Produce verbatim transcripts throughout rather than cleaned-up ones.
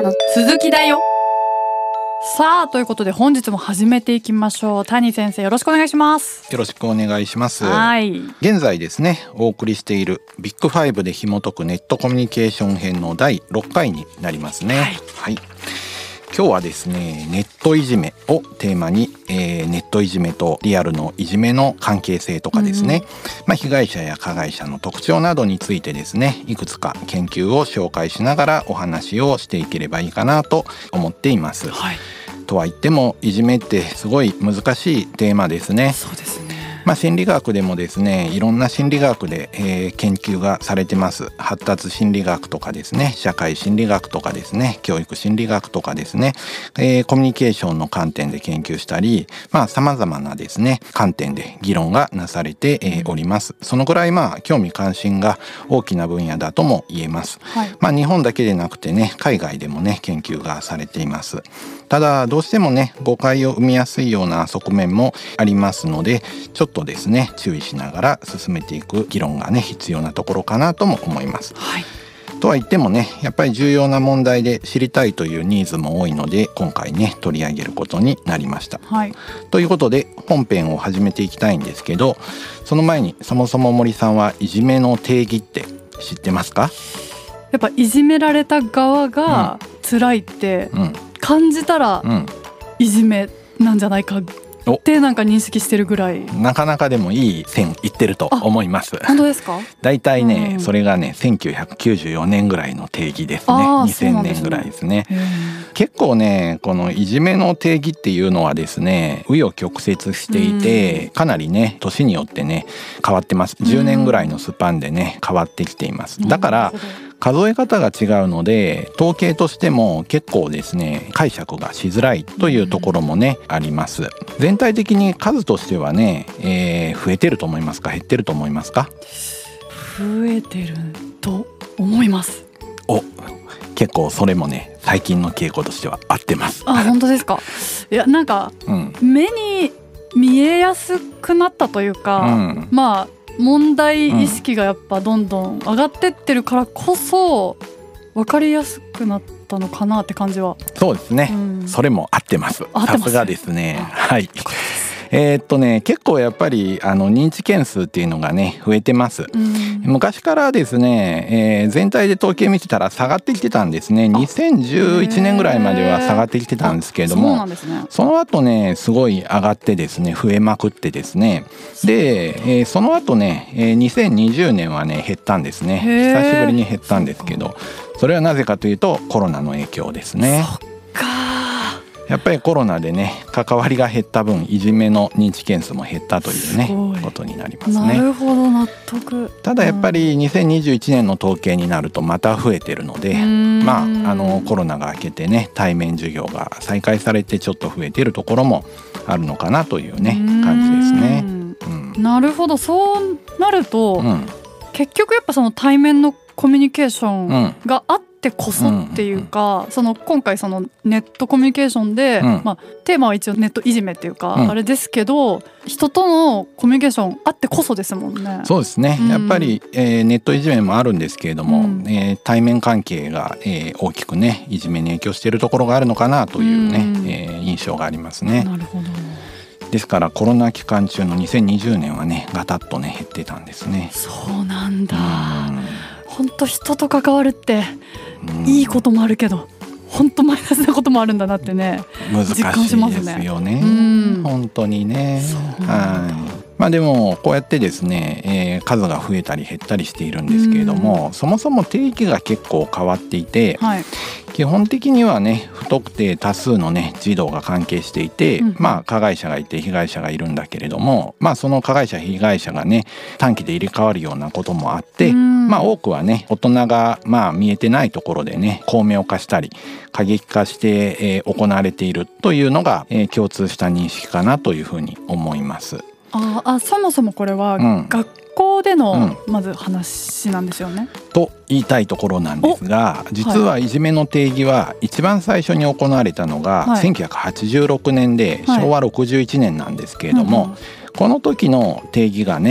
の続きだよ。さあということで本日も始めていきましょう。谷先生よろしくお願いします。 よろしくお願いします。 はい、 現在ですねお送りしているビッグファイブで紐解くネットコミュニケーション編のだいろっかいになりますね。 はい、 はい、今日はですねネットいじめをテーマに、えー、ネットいじめとリアルのいじめの関係性とかですね、うんまあ、被害者や加害者の特徴などについてですねいくつか研究を紹介しながらお話をしていければいいかなと思っています。 はい、 とは言ってもいじめってすごい難しいテーマですね。 そうですね。 まあ、心理学でもですねいろんな心理学で、えー、研究がされてます。発達心理学とかですね社会心理学とかですね教育心理学とかですね、えー、コミュニケーションの観点で研究したりまあ様々なですね観点で議論がなされて、えー、おります。そのぐらいまあ興味関心が大きな分野だとも言えます。 はい、 まあ、日本だけでなくてね海外でもね研究がされています。ただどうしてもね誤解を生みやすいような側面もありますのでちょっとですね注意しながら進めていく議論がね必要なところかなとも思います。 はい、 とは言ってもねやっぱり重要な問題で知りたいというニーズも多いので今回ね取り上げることになりました。 はい、 ということで本編を始めていきたいんですけどその前にそもそも森さんはいじめの定義って知ってますか？ やっぱいじめられた側が辛いって感じたらいじめなんじゃないかってなんか認識してるぐらい。 なかなかでもいい線いってると思います。 本当ですか？ だいたいね、 うん、 それがねせんきゅうひゃくきゅうじゅうよねんぐらいの定義ですね。にせんねんぐらいですね。結構ねこのいじめの定義っていうのはですね紆余曲折していて、うん、かなりね年によってね変わってます。じゅうねんぐらいのスパンでね変わってきています。だから数え方が違うので統計としても結構ですね解釈がしづらいというところもね、うん、あります。全体的に数としてはね、えー、増えてると思いますか減ってると思いますか？ 増えてると思います。 お結構それもね最近の傾向としては合ってます。 あ本当ですか？いやなんか、うん、目に見えやすくなったというか、うん、まあ問題意識がやっぱどんどん上がってってるからこそ分かりやすくなったのかなって感じは。 そうですね、うん、それも合ってます。さすがですね。はい。えー、っとね結構やっぱりあの認知件数っていうのがね増えてます。うん、昔からですね、えー、全体で統計見てたら下がってきてたんですね。にせんじゅういちねんぐらいまでは下がってきてたんですけれども、 そうなんですね。その後ねすごい上がってですね増えまくってですねで、えー、その後ね、えー、にせんにじゅうねんはね減ったんですね。久しぶりに減ったんですけどそれはなぜかというとコロナの影響ですね。 そっかやっぱりコロナでね関わりが減った分いじめの認知件数も減ったというねことになりますね。 なるほど納得。 ただやっぱりにせんにじゅういちねんの統計になるとまた増えてるのでまああのコロナが明けてね対面授業が再開されてちょっと増えてるところもあるのかなというね感じですね。 うん、なるほど。そうなると、うん、結局やっぱその対面のコミュニケーションがあってこそっていうか、うん、その今回そのネットコミュニケーションで、うんまあ、テーマは一応ネットいじめっていうか、うん、あれですけど人とのコミュニケーションあってこそですもんね。 そうですね、うん、やっぱり、えー、ネットいじめもあるんですけれども、うんえー、対面関係が、えー、大きくねいじめに影響しているところがあるのかなというね、うんえー、印象がありますね。 なるほど。 ですからコロナ期間中のにせんにじゅうねんはねガタッとね減ってたんですね。 そうなんだ。本当人と関わるっていいこともあるけど本当マイナスなこともあるんだなってね難しいですよね。本当にね。はいまあでもこうやってですね、えー、数が増えたり減ったりしているんですけれどもそもそも定義が結構変わっていて、はい、基本的にはね不特定多数のね児童が関係していて、うん、まあ加害者がいて被害者がいるんだけれどもまあその加害者被害者がね短期で入れ替わるようなこともあってまあ多くはね大人がまあ見えてないところでね巧妙化したり過激化して、えー、行われているというのが、えー、共通した認識かなというふうに思います。 ああそもそもこれは学校でのまず話なんですよね、 うん、と言いたいところなんですが実はいじめの定義は一番最初に行われたのがせんきゅうひゃくはちじゅうろくねんでしょうわろくじゅういちねんなんですけれども、はいうんうん、この時の定義がね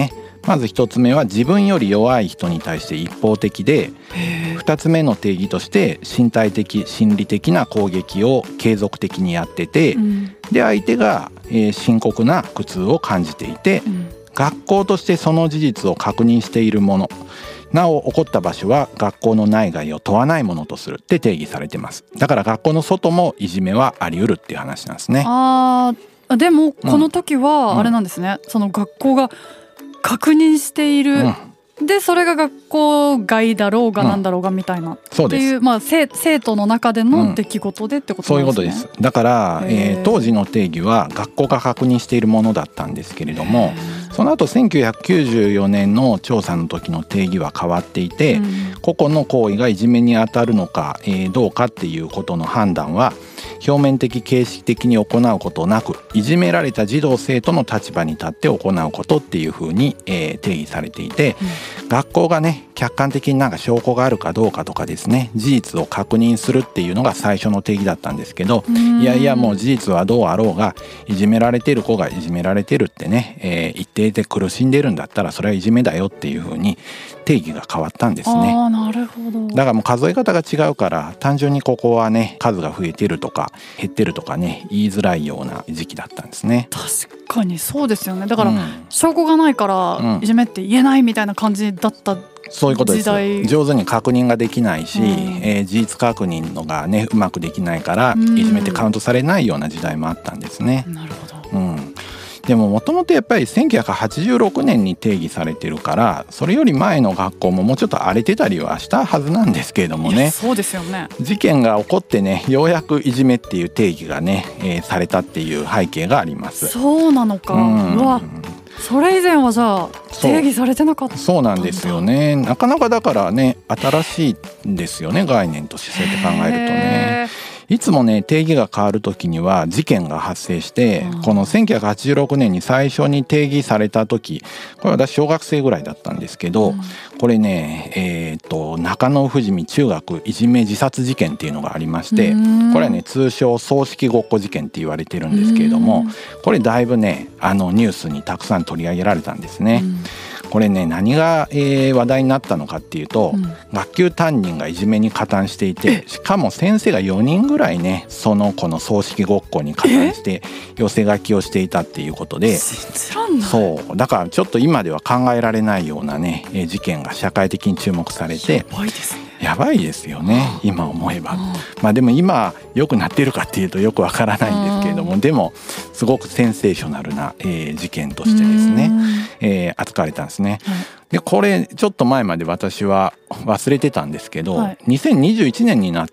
まず一つ目は自分より弱い人に対して一方的で、二つ目の定義として身体的心理的な攻撃を継続的にやってて、うん、で相手が、えー、深刻な苦痛を感じていて、うん、学校としてその事実を確認しているもの、なお起こった場所は学校の内外を問わないものとするって定義されてます。だから学校の外もいじめはあり得るっていう話なんですね。 あー、でもこの時はあれなんですね、うん、その学校が確認している、うん、でそれが学校外だろうがなんだろうがみたいな、うん、 そうです。 っていう、まあ、生, 生徒の中での出来事でってことなんですね、うん、そういうことです。 だから、えー、当時の定義は学校が確認しているものだったんですけれども、その後せんきゅうひゃくきゅうじゅうよねんの調査の時の定義は変わっていて、うん、個々の行為がいじめに当たるのか、えー、どうかっていうことの判断は表面的形式的に行うことなく、いじめられた児童生徒の立場に立って行うことっていうふうに、えー、定義されていて、うん、学校がね客観的になんか証拠があるかどうかとかですね、事実を確認するっていうのが最初の定義だったんですけど、いやいやもう事実はどうあろうが、いじめられてる子がいじめられてるってね、えー、言っていて苦しんでるんだったらそれはいじめだよっていうふうに定義が変わったんですね。 あー、なるほど。 だからもう数え方が違うから、単純にここはね数が増えてるとか減ってるとかね言いづらいような時期だったんですね。 確かにそうですよね。だから、うん、証拠がないからいじめって言えないみたいな感じだった時代。 そういうことです。上手に確認ができないし、うん、えー、事実確認のがねうまくできないから、うん、いじめってカウントされないような時代もあったんですね。 なるほど。 うん、でももともとやっぱりせんきゅうひゃくはちじゅうろくねんに定義されてるから、それより前の学校ももうちょっと荒れてたりはしたはずなんですけれどもね。 そうですよね。 事件が起こってねようやくいじめっていう定義がね、えー、されたっていう背景があります。 そうなのか、うん、うわ、それ以前はじゃあ定義されてなかったんだ。 そうなんですよね。なかなかだからね新しいんですよね、概念としてそうやって考えるとね。いつもね定義が変わる時には事件が発生して、うん、このせんきゅうひゃくはちじゅうろくねんに最初に定義された時、これ私小学生ぐらいだったんですけど、うん、これね、えー、と中野富士見中学いじめ自殺事件っていうのがありまして、うん、これはね通称葬式ごっこ事件って言われてるんですけれども、うん、これだいぶねあのニュースにたくさん取り上げられたんですね。うん、これね何が、えー、話題になったのかっていうと、うん、学級担任がいじめに加担していて、しかも先生がよにんぐらいねその子の葬式ごっこに加担して寄せ書きをしていたっていうことで、 信じらんない。 そうだからちょっと今では考えられないようなね、えー、事件が社会的に注目されて、 やばいですね。 やばいですよね、今思えば。まあでも今良くなってるかっていうとよくわからないんですけれども、でもすごくセンセーショナルな、えー、事件としてですね、えー、扱われたんですね。はい、でこれちょっと前まで私は忘れてたんですけど、はい、にせんにじゅういちねんになって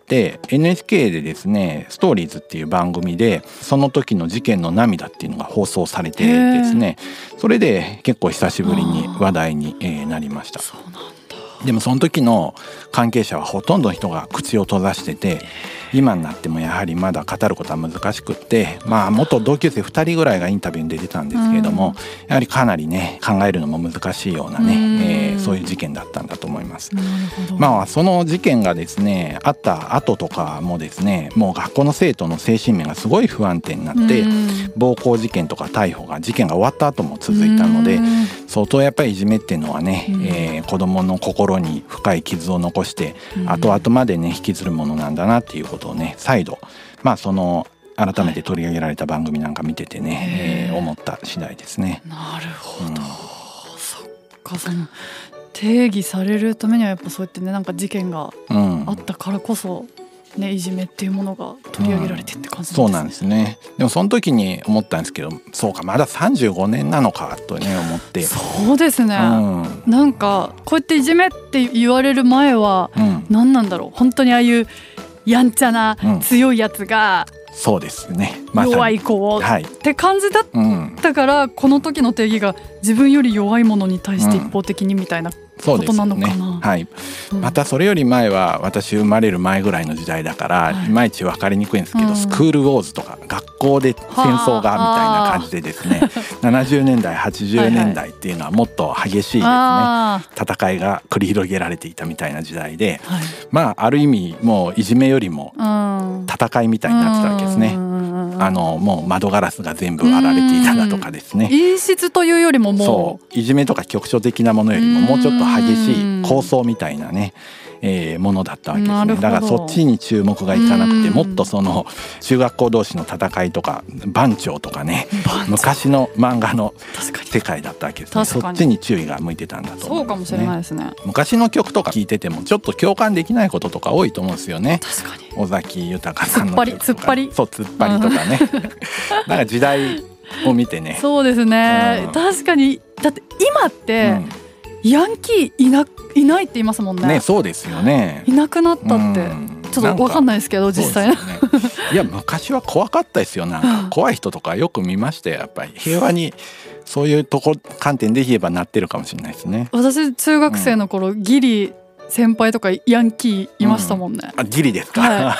エヌエイチケー でですねストーリーズっていう番組でその時の事件の涙っていうのが放送されてですね、それで結構久しぶりに話題に、えー、なりました。 そうなんだ。 でもその時の関係者はほとんどの人が口を閉ざしてて、今になってもやはりまだ語ることは難しくって、まあ元同級生ふたりぐらいがインタビューに出てたんですけれども、うん、やはりかなりね考えるのも難しいようなね、うんえー、そういう事件だったんだと思います。 なるほど。 まあその事件がですねあった後とかもですね、もう学校の生徒の精神面がすごい不安定になって、うん、暴行事件とか逮捕が事件が終わった後も続いたので、うん、相当やっぱりいじめっていうのはね、うんえー、子どもの心に深い傷を残して、うん、後々までね引きずるものなんだなっていうことをね再度まあその改めて取り上げられた番組なんか見ててね、はいえー、思った次第ですね。 なるほど、うん、そっか。その定義されるためにはやっぱそうやってねなんか事件があったからこそ、ね、いじめっていうものが取り上げられてって感じなんですね。 うん、そうなんですね。でもその時に思ったんですけど、そうかまださんじゅうごねんなのかとね思って。 そうですね、うん、なんかこうやっていじめって言われる前は、うん、何なんだろう、本当にああいうやんちゃな強いやつが、 うん、そうですね、 ま、弱い子を、はい、って感じだったから、うん、この時の定義が自分より弱いものに対して一方的にみたいなことなのかな。そうですね、はいうん、またそれより前は私生まれる前ぐらいの時代だから、はい、いまいち分かりにくいんですけど、うん、スクールウォーズとか学校で戦争がみたいな感じでですねななじゅうねんだいはちじゅうねんだいっていうのはもっと激しいですね、はい、戦いが繰り広げられていたみたいな時代で、はい、まあある意味もういじめよりも戦いみたいになってたわけですね。 あのもう窓ガラスが全部割られていただとかですね、 陰湿というよりももうそういじめとか局所的なものよりももうちょっと激しい抗争みたいなね、えー、ものだったわけですね。だからそっちに注目がいかなくて、もっとその中学校同士の戦いとか番長とかね、昔の漫画の世界だったわけですね。そっちに注意が向いてたんだと思うんですね。 そうかもしれないですね。 昔の曲とか聴いててもちょっと共感できないこととか多いと思うんですよね。 確かに尾崎豊さんの曲とか、 突っ張りそう突っ張りとかね、うん、なんか時代を見てね。 そうですね、うん、確かに。だって今って、うんヤンキーいな、いないって言いますもんね。 ね、そうですよね。 いなくなったってちょっと分かんないですけど実際、ね、 いや昔は怖かったですよ。なんか怖い人とかよく見ましたよ。やっぱり平和にそういうとこ観点で言えばなってるかもしれないですね。 私中学生の頃、うん、ギリ先輩とかヤンキーいましたもんね、 うん、あギリですか、 はい、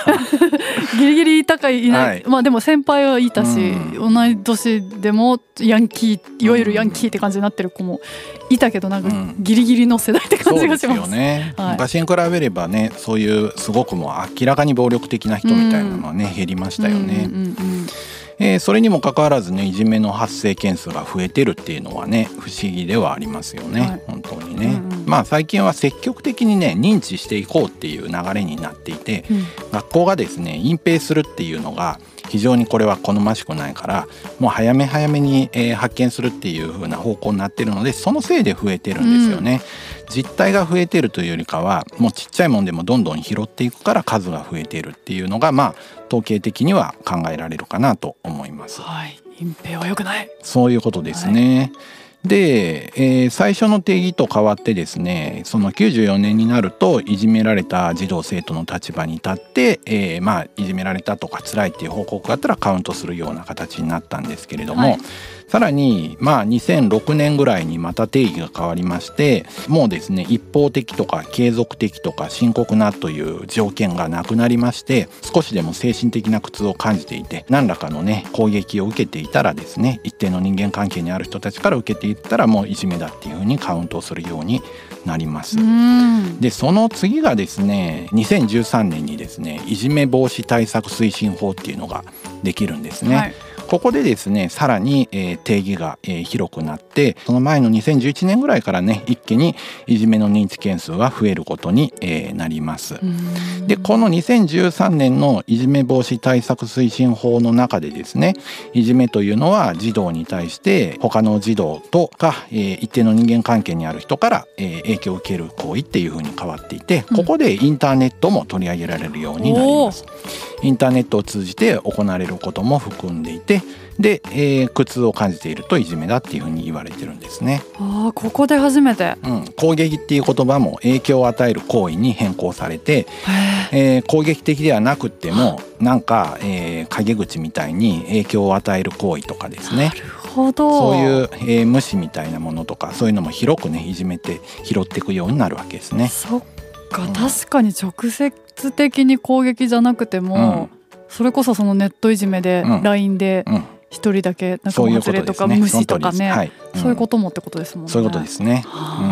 ギリギリいたかいない、はい、まあでも先輩はいたし、うん、同い年でもヤンキーいわゆるヤンキーって感じになってる子もいたけど、なんかギリギリの世代って感じがします、うん、そうですよね、はい、 昔に比べればね、そういうすごくもう明らかに暴力的な人みたいなのはね、うん、減りましたよね、うんうんうんうんえー、それにもかかわらずねいじめの発生件数が増えてるっていうのはね不思議ではありますよね、はい、本当にね、うんうん、まあ最近は積極的にね認知していこうっていう流れになっていて、うん、学校がですね隠蔽するっていうのが非常にこれは好ましくないからもう早め早めに、えー、発見するっていう風な方向になってるので、そのせいで増えてるんですよね、うん、実態が増えてるというよりかはもうちっちゃいもんでもどんどん拾っていくから数が増えているっていうのがまあ統計的には考えられるかなと思います。 はい、隠蔽は良くない。 そういうことですね、はいで、えー、最初の定義と変わってですね、そのきゅうじゅうよねんになるといじめられた児童生徒の立場に立って、えー、まあいじめられたとか辛いっていう報告があったらカウントするような形になったんですけれども、はい、さらにまあにせんろくねんぐらいにまた定義が変わりまして、もうですね一方的とか継続的とか深刻なという条件がなくなりまして、少しでも精神的な苦痛を感じていて何らかのね攻撃を受けていたらですね、一定の人間関係にある人たちから受けていったらもういじめだっていうふうにカウントするようになります。でその次がですねにせんじゅうさんねんにですねいじめ防止対策推進法っていうのができるんですね、はい、ここでですねさらに、えー、定義が、えー、広くなって、その前のにせんじゅういちねんぐらいからね一気にいじめの認知件数は増えることに、えー、なります。でこのにせんじゅうさんねんのいじめ防止対策推進法の中でですね、いじめというのは児童に対して他の児童とか、えー、一定の人間関係にある人から、えー、影響を受ける行為っていうふうに変わっていて、ここでインターネットも取り上げられるようになります。インターネットを通じて行われることも含んでいて、で、えー、苦痛を感じているといじめだっていうふうに言われてるんですね。 ああ、ここで初めて、 うん、攻撃っていう言葉も影響を与える行為に変更されて、えー、攻撃的ではなくってもなんか、えー、陰口みたいに影響を与える行為とかですね。 なるほど。 そういう、えー、無視みたいなものとかそういうのも広くねいじめて拾っていくようになるわけですね。 そっか、うん、確かに直接的に攻撃じゃなくても、うん、それこそそのネットいじめで ライン で、うんうん一人だけ仲間外れとか無視とかね、はい、そういうこともってことですもんね。 そういうことですね、 うん、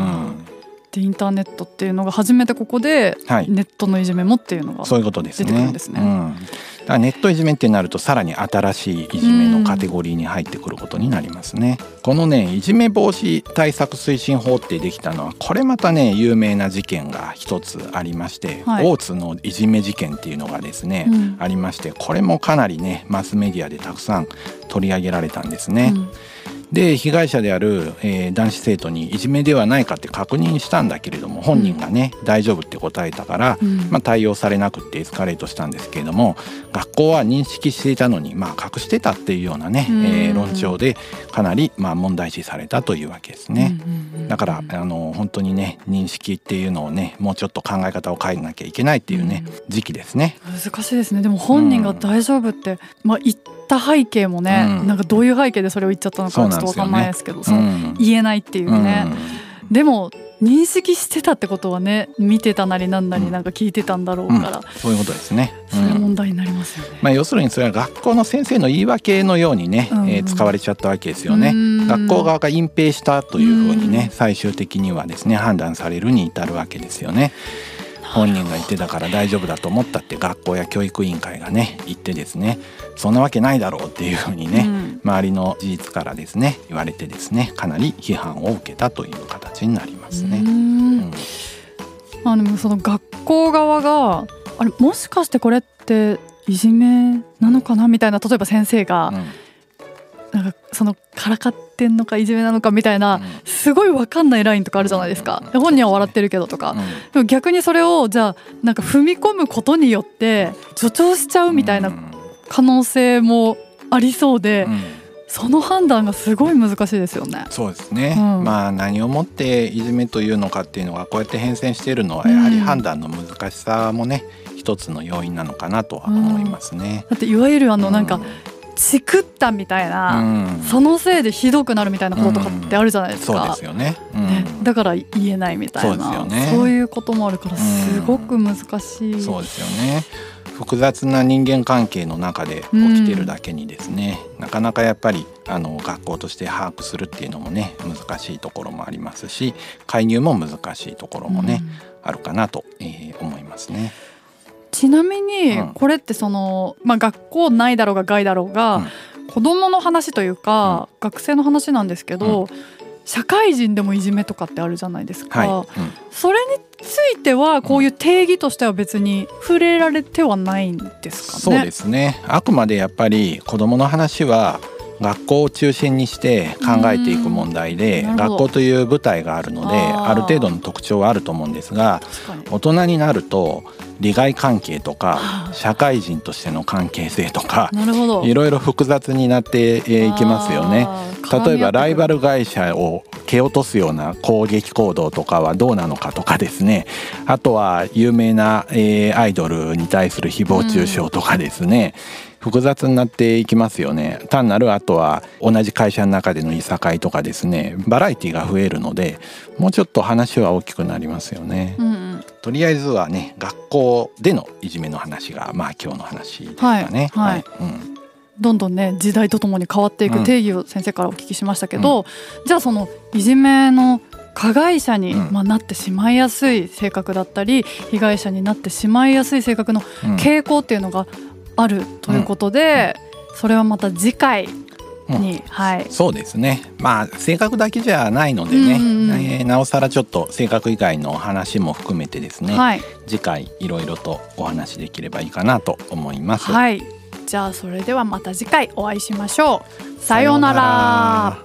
でインターネットっていうのが初めてここで、はい、ネットのいじめもっていうのが出てくるんですね。 だからネットいじめってなるとさらに新しいいじめのカテゴリーに入ってくることになりますね。このねいじめ防止対策推進法ってできたのはこれまたね有名な事件が一つありまして、はい、大津のいじめ事件っていうのがですね、うん、ありまして、これもかなりねマスメディアでたくさん取り上げられたんですね、うん、で被害者である、えー、男子生徒にいじめではないかって確認したんだけれども本人がね、うん、大丈夫って答えたから、うんまあ、対応されなくってエスカレートしたんですけれども、学校は認識していたのに、まあ、隠してたっていうようなね、うんえー、論調でかなり、まあ、問題視されたというわけですね、うんうんうん、だからあの本当にね認識っていうのをねもうちょっと考え方を変えなきゃいけないっていうね、うん、時期ですね。 難しいですね。でも本人が大丈夫って、うんまあ、言った背景もね、うん、なんかどういう背景でそれを言っちゃったのかちょっと分かんないですけど、その言えないっていうね、うん、でも認識してたってことはね見てたなりなんなりなんか聞いてたんだろうから、うんうん、 そういうことですね。 それは問題になりますよね、 うんまあ、要するにそれは学校の先生の言い訳のようにね、うんえー、使われちゃったわけですよね。学校側が隠蔽したというふうにね最終的にはですね判断されるに至るわけですよね。 本人が言ってたから大丈夫だと思ったって学校や教育委員会がね言ってですね、そんなわけないだろうっていうふうにね、うん、周りの事実からですね言われてですね、かなり批判を受けたという形になりますね。うん、 あでもその学校側があれもしかしてこれっていじめなのかなみたいな、例えば先生が、うんなんかそのからかってんのかいじめなのかみたいな、すごい分かんないラインとかあるじゃないですか。で本人は笑ってるけどとか、でも逆にそれをじゃあなんか踏み込むことによって助長しちゃうみたいな可能性もありそうで、その判断がすごい難しいですよね。 そうですね、うん、まあ何をもっていじめというのかっていうのがこうやって変遷しているのはやはり判断の難しさもね、うん、一つの要因なのかなとは思いますね。 うん、だっていわゆるあのなんか、うんチクったみたいな、うん、そのせいでひどくなるみたいなこととかってあるじゃないですか。 うん、そうですよね、うんね。だから言えないみたいな、そうですよね。そういうこともあるからすごく難しい。 うん、そうですよね。複雑な人間関係の中で起きてるだけにですね、うん、なかなかやっぱりあの学校として把握するっていうのもね難しいところもありますし、介入も難しいところもね、うん、あるかなと、えー、思いますね。 ちなみにこれってその、まあ、学校内だろうが外だろうが、うん、子どもの話というか、うん、学生の話なんですけど、うん、社会人でもいじめとかってあるじゃないですか。はいうん、それについてはこういう定義としては別に触れられてはないんですかね。 そうですね。あくまでやっぱり子どもの話は学校を中心にして考えていく問題で、学校という舞台があるので あ, ある程度の特徴はあると思うんですが、大人になると利害関係とか社会人としての関係性とかいろいろ複雑になっていきますよね。例えばライバル会社を蹴落とすような攻撃行動とかはどうなのかとかですね、あとは有名な、えー、アイドルに対する誹謗中傷とかですね、うん、複雑になっていきますよね。単なるあとは同じ会社の中でのいさかいとかですね、バラエティが増えるのでもうちょっと話は大きくなりますよね。うんうん、とりあえずはね学校でのいじめの話がまあ今日の話ですかね。はいはいはいうん、 どんどんね時代とともに変わっていく定義を先生からお聞きしましたけど、うん、じゃあそのいじめの加害者に、うんまあ、なってしまいやすい性格だったり被害者になってしまいやすい性格の傾向っていうのがあるということで、うん、それはまた次回に、うんはい、 そうですね。まあ性格だけじゃないのでね、うんうんえー、なおさらちょっと性格以外の話も含めてですね、はい、次回いろいろとお話できればいいかなと思います。 はい、じゃあそれではまた次回お会いしましょう。さようなら。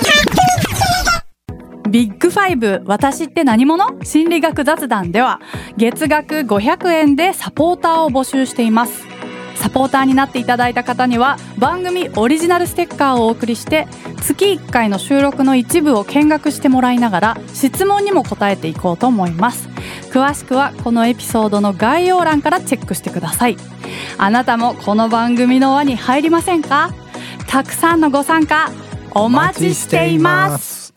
ビッグファイブ私って何者？心理学雑談では月額ごひゃくえんでサポーターを募集しています。サポーターになっていただいた方には番組オリジナルステッカーをお送りして月いっかいの収録の一部を見学してもらいながら質問にも答えていこうと思います。詳しくはこのエピソードの概要欄からチェックしてください。あなたもこの番組の輪に入りませんか？たくさんのご参加お待ちしています。